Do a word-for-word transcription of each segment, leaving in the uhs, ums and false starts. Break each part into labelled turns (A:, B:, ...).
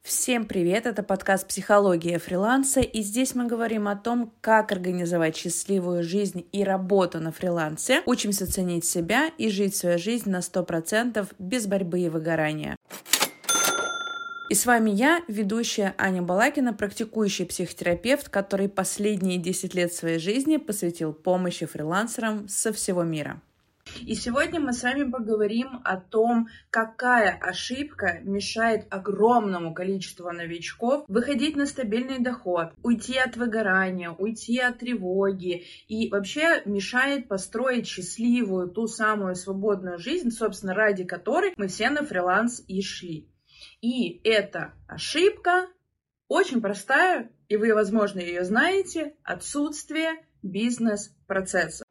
A: Всем привет! Это подкаст «Психология фриланса», и здесь мы говорим о том, как организовать счастливую жизнь и работу на фрилансе, учимся ценить себя и жить свою жизнь на сто процентов без борьбы и выгорания. И с вами я, ведущая Аня Балакина, практикующий психотерапевт, который последние десять лет своей жизни посвятил помощи фрилансерам со всего мира. И сегодня мы с вами поговорим о том, какая ошибка мешает огромному количеству новичков выходить на стабильный доход, уйти от выгорания, уйти от тревоги и вообще мешает построить счастливую, ту самую свободную жизнь, собственно, ради которой мы все на фриланс и шли. И эта ошибка очень простая, и вы, возможно, ее знаете: отсутствие бизнес-процесса.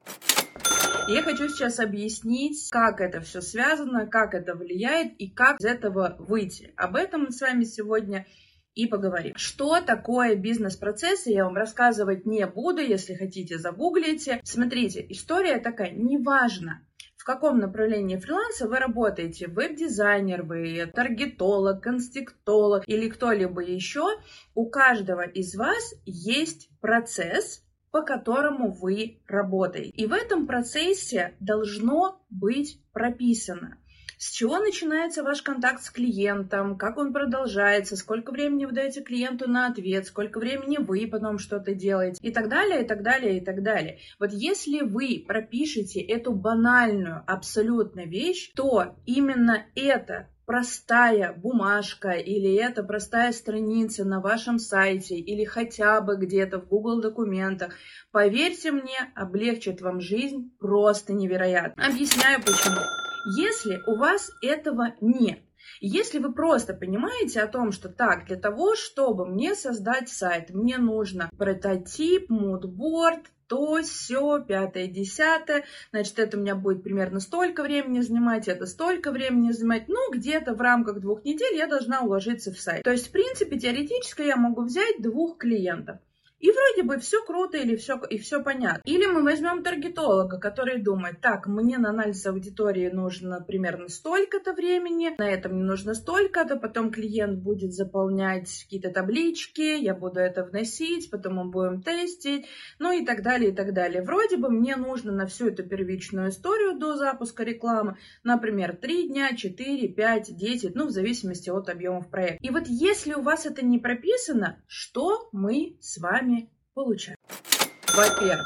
A: Я хочу сейчас объяснить, как это все связано, как это влияет и как из этого выйти. Об этом мы с вами сегодня и поговорим. Что такое бизнес-процессы, я вам рассказывать не буду, если хотите, загуглите. Смотрите, история такая: неважно, в каком направлении фриланса вы работаете, веб-дизайнер вы, таргетолог, конструктолог или кто-либо еще, у каждого из вас есть процесс, по которому вы работаете. И в этом процессе должно быть прописано, с чего начинается ваш контакт с клиентом, как он продолжается, сколько времени вы даете клиенту на ответ, сколько времени вы потом что-то делаете и так далее, и так далее, и так далее. Вот если вы пропишете эту банальную абсолютно вещь, то именно это простая бумажка или это простая страница на вашем сайте или хотя бы где-то в Google документах, поверьте мне, облегчит вам жизнь просто невероятно. Объясняю почему. Если у вас этого нет, если вы просто понимаете о том, что так, для того, чтобы мне создать сайт, мне нужно прототип, мудборд, то, все, пятое, десятое, значит, это у меня будет примерно столько времени занимать, это столько времени занимать, ну, где-то в рамках двух недель я должна уложиться в сайт. То есть, в принципе, теоретически я могу взять двух клиентов. И вроде бы все круто или все, и все понятно. Или мы возьмем таргетолога, который думает: так, мне на анализ аудитории нужно примерно столько-то времени, на этом мне нужно столько-то, потом клиент будет заполнять какие-то таблички, я буду это вносить, потом мы будем тестить, ну и так далее, и так далее. Вроде бы мне нужно на всю эту первичную историю до запуска рекламы, например, три дня, четыре, пять, десять, ну в зависимости от объемов проекта. И вот если у вас это не прописано, что мы с вами получаем? Во-первых,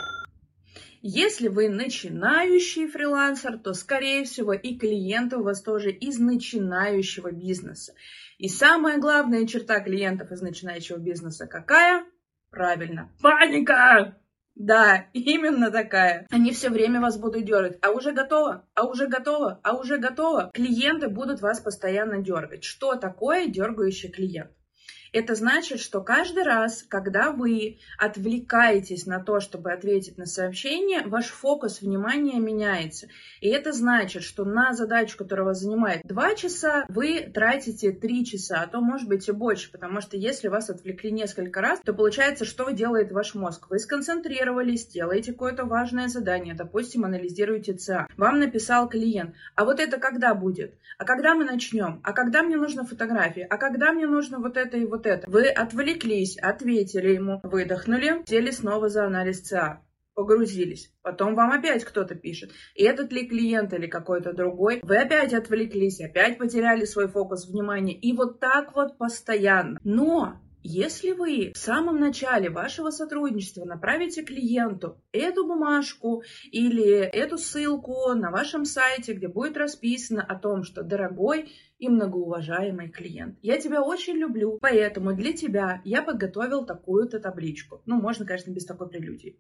A: если вы начинающий фрилансер, то, скорее всего, и клиенты у вас тоже из начинающего бизнеса. И самая главная черта клиентов из начинающего бизнеса какая? Правильно, паника! Да, именно такая. Они все время вас будут дергать. А уже готово? А уже готово? А уже готово? Клиенты будут вас постоянно дергать. Что такое дергающий клиент? Это значит, что каждый раз, когда вы отвлекаетесь на то, чтобы ответить на сообщение, ваш фокус внимания меняется. И это значит, что на задачу, которая вас занимает два часа, вы тратите три часа, а то может быть и больше. Потому что если вас отвлекли несколько раз, то получается, что делает ваш мозг? Вы сконцентрировались, делаете какое-то важное задание, допустим, анализируете ЦА. Вам написал клиент: а вот это когда будет? А когда мы начнем? А когда мне нужны фотографии? А когда мне нужно вот это и вот это? Вы отвлеклись, ответили ему, выдохнули, сели снова за анализ ЦА, погрузились. Потом вам опять кто-то пишет. И этот ли клиент или какой-то другой. Вы опять отвлеклись, опять потеряли свой фокус внимания. И вот так вот постоянно. Но если вы в самом начале вашего сотрудничества направите клиенту эту бумажку или эту ссылку на вашем сайте, где будет расписано о том, что: дорогой и многоуважаемый клиент, я тебя очень люблю, поэтому для тебя я подготовил такую-то табличку. Ну, можно, конечно, без такой прелюдии.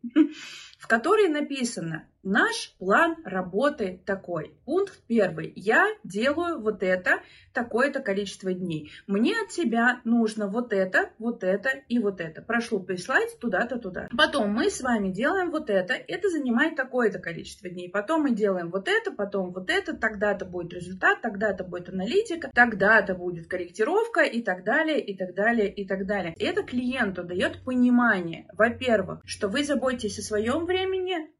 A: В которой написано: наш план работы такой. Пункт первый. Я делаю вот это такое-то количество дней. Мне от тебя нужно вот это, вот это и вот это. Прошу прислать туда-то, туда. Потом мы с вами делаем вот это. Это занимает такое-то количество дней. Потом мы делаем вот это, потом вот это. Тогда-то будет результат, тогда-то будет аналитика, тогда-то будет корректировка и так далее, и так далее, и так далее. Это клиенту дает понимание, во-первых, что вы заботитесь о своем времени,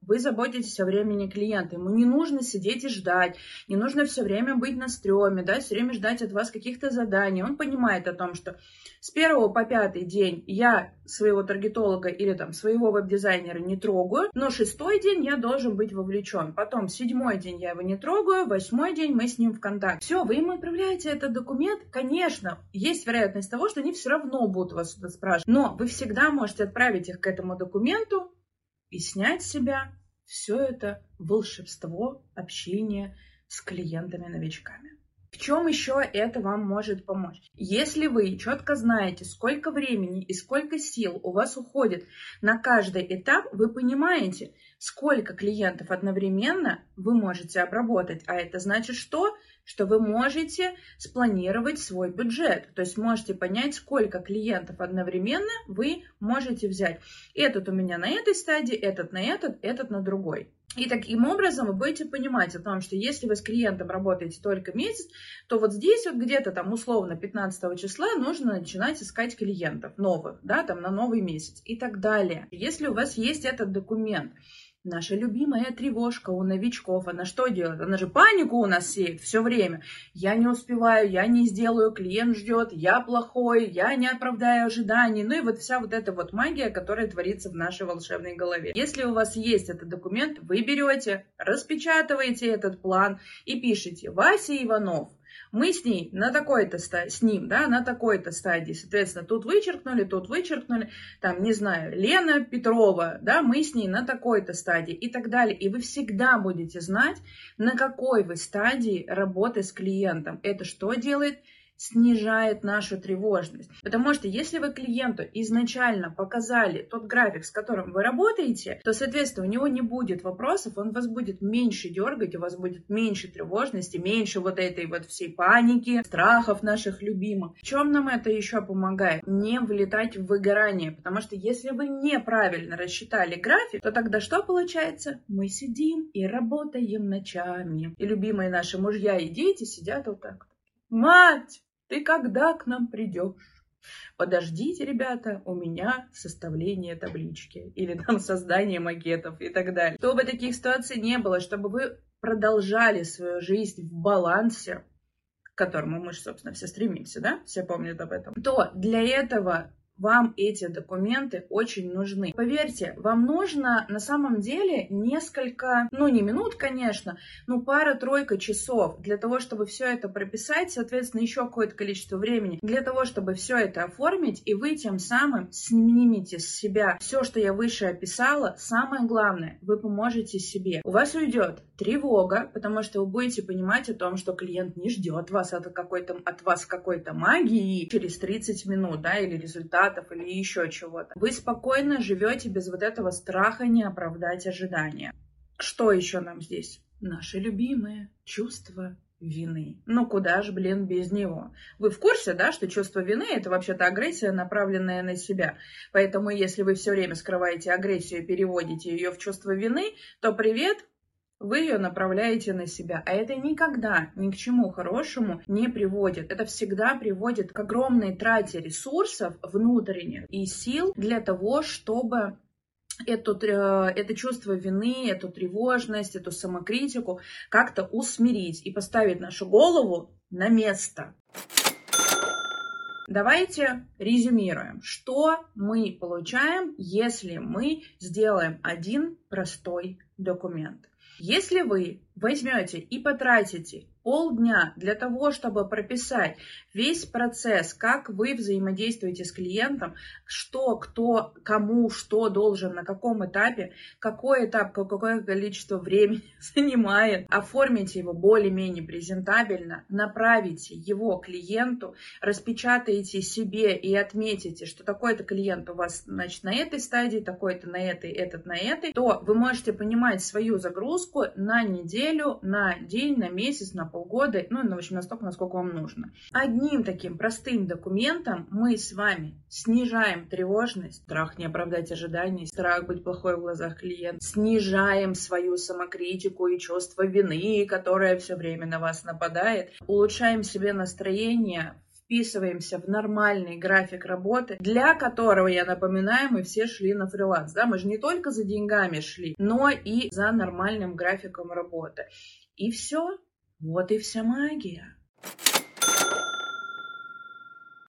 A: Вы заботитесь о времени клиента. Ему не нужно сидеть и ждать, не нужно все время быть на стреме, да, все время ждать от вас каких-то заданий. Он понимает о том, что с первого по пятый день я своего таргетолога или там своего веб-дизайнера не трогаю, но шестой день я должен быть вовлечен. Потом седьмой день я его не трогаю, восьмой день мы с ним в контакте. Все, вы ему отправляете этот документ. Конечно, есть вероятность того, что они все равно будут вас сюда спрашивать, но вы всегда можете отправить их к этому документу и снять с себя все это волшебство общения с клиентами-новичками. В чем еще это вам может помочь? Если вы четко знаете, сколько времени и сколько сил у вас уходит на каждый этап, вы понимаете, сколько клиентов одновременно вы можете обработать. А это значит что? Что вы можете спланировать свой бюджет. То есть можете понять, сколько клиентов одновременно вы можете взять. Этот у меня на этой стадии, этот на этот, этот на другой. И таким образом вы будете понимать о том, что если вы с клиентом работаете только месяц, то вот здесь вот где-то там условно пятнадцатого числа нужно начинать искать клиентов новых, да, там на новый месяц и так далее. Если у вас есть этот документ, наша любимая тревожка у новичков, она что делает? Она же панику у нас сеет все время. Я не успеваю, я не сделаю, клиент ждет, я плохой, я не оправдаю ожиданий. Ну и вот вся вот эта вот магия, которая творится в нашей волшебной голове. Если у вас есть этот документ, вы берете, распечатываете этот план и пишете: Вася Иванов. Мы с ней на такой-то стадии, с ним, да, на такой-то стадии, соответственно, тут вычеркнули, тут вычеркнули, там, не знаю, Лена Петрова, да, мы с ней на такой-то стадии и так далее. И вы всегда будете знать, на какой вы стадии работы с клиентом. Это что делает? Снижает нашу тревожность. Потому что если вы клиенту изначально показали тот график, с которым вы работаете, то, соответственно, у него не будет вопросов, он вас будет меньше дергать, у вас будет меньше тревожности, меньше вот этой вот всей паники, страхов наших любимых. В чем нам это еще помогает? Не влетать в выгорание. Потому что если вы неправильно рассчитали график, то тогда что получается? Мы сидим и работаем ночами. И любимые наши мужья и дети сидят вот так. Мать, ты когда к нам придешь? Подождите, ребята, у меня составление таблички или там создание макетов и так далее. Чтобы таких ситуаций не было, чтобы вы продолжали свою жизнь в балансе, к которому мы же, собственно, все стремимся, да? Все помнят об этом. То для этого вам эти документы очень нужны. Поверьте, вам нужно на самом деле несколько, ну не минут, конечно, но пара-тройка часов для того, чтобы все это прописать, соответственно, еще какое-то количество времени для того, чтобы все это оформить, и вы тем самым снимете с себя все, что я выше описала. Самое главное, вы поможете себе. У вас уйдет тревога, потому что вы будете понимать о том, что клиент не ждет вас от какой-то, от вас какой-то магии через тридцать минут, да, или результат или еще чего-то. Вы спокойно живете без вот этого страха не оправдать ожидания. Что еще нам здесь? Наше любимое чувство вины. Ну куда же, блин, без него? Вы в курсе, да, что чувство вины — это вообще-то агрессия, направленная на себя. Поэтому если вы все время скрываете агрессию и переводите ее в чувство вины, то привет, вы ее направляете на себя. А это никогда ни к чему хорошему не приводит. Это всегда приводит к огромной трате ресурсов внутренних и сил для того, чтобы эту, это чувство вины, эту тревожность, эту самокритику как-то усмирить и поставить нашу голову на место. Давайте резюмируем, что мы получаем, если мы сделаем один простой документ. Если вы возьмете и потратите полдня для того, чтобы прописать весь процесс, как вы взаимодействуете с клиентом, что, кто, кому, что должен, на каком этапе, какой этап, какое количество времени занимает, оформите его более-менее презентабельно, направите его клиенту, распечатаете себе и отметите, что такой-то клиент у вас, значит, на этой стадии, такой-то на этой, этот на этой, то вы можете понимать свою загрузку на неделю, на день, на месяц, на полгода, ну, в общем, настолько, насколько вам нужно. Одним таким простым документом мы с вами снижаем тревожность, страх не оправдать ожиданий, страх быть плохой в глазах клиента, снижаем свою самокритику и чувство вины, которое все время на вас нападает, улучшаем себе настроение вписываемся в нормальный график работы, для которого, я напоминаю, мы все шли на фриланс. Да? Мы же не только за деньгами шли, но и за нормальным графиком работы. И все. Вот и вся магия.